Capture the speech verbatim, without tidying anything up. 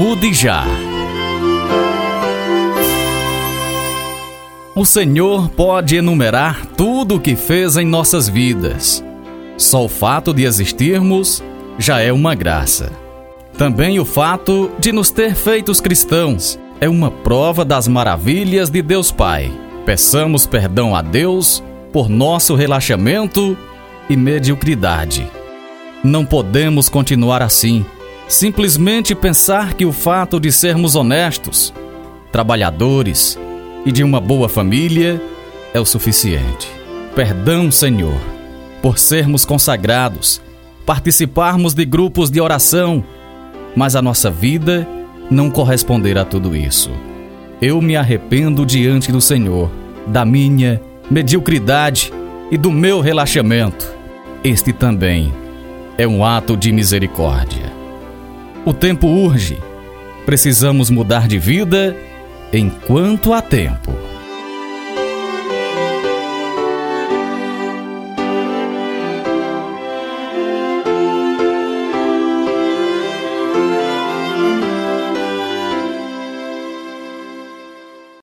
Mude já. O Senhor pode enumerar tudo o que fez em nossas vidas. Só o fato de existirmos já é uma graça. Também o fato de nos ter feitos cristãos é uma prova das maravilhas de Deus Pai. Peçamos perdão a Deus por nosso relaxamento e mediocridade. Não podemos continuar assim, simplesmente pensar que o fato de sermos honestos, trabalhadores e de uma boa família é o suficiente. Perdão, Senhor, por sermos consagrados, participarmos de grupos de oração, mas a nossa vida não corresponder a tudo isso. Eu me arrependo diante do Senhor, da minha mediocridade e do meu relaxamento. Este também é um ato de misericórdia. O tempo urge. Precisamos mudar de vida enquanto há tempo.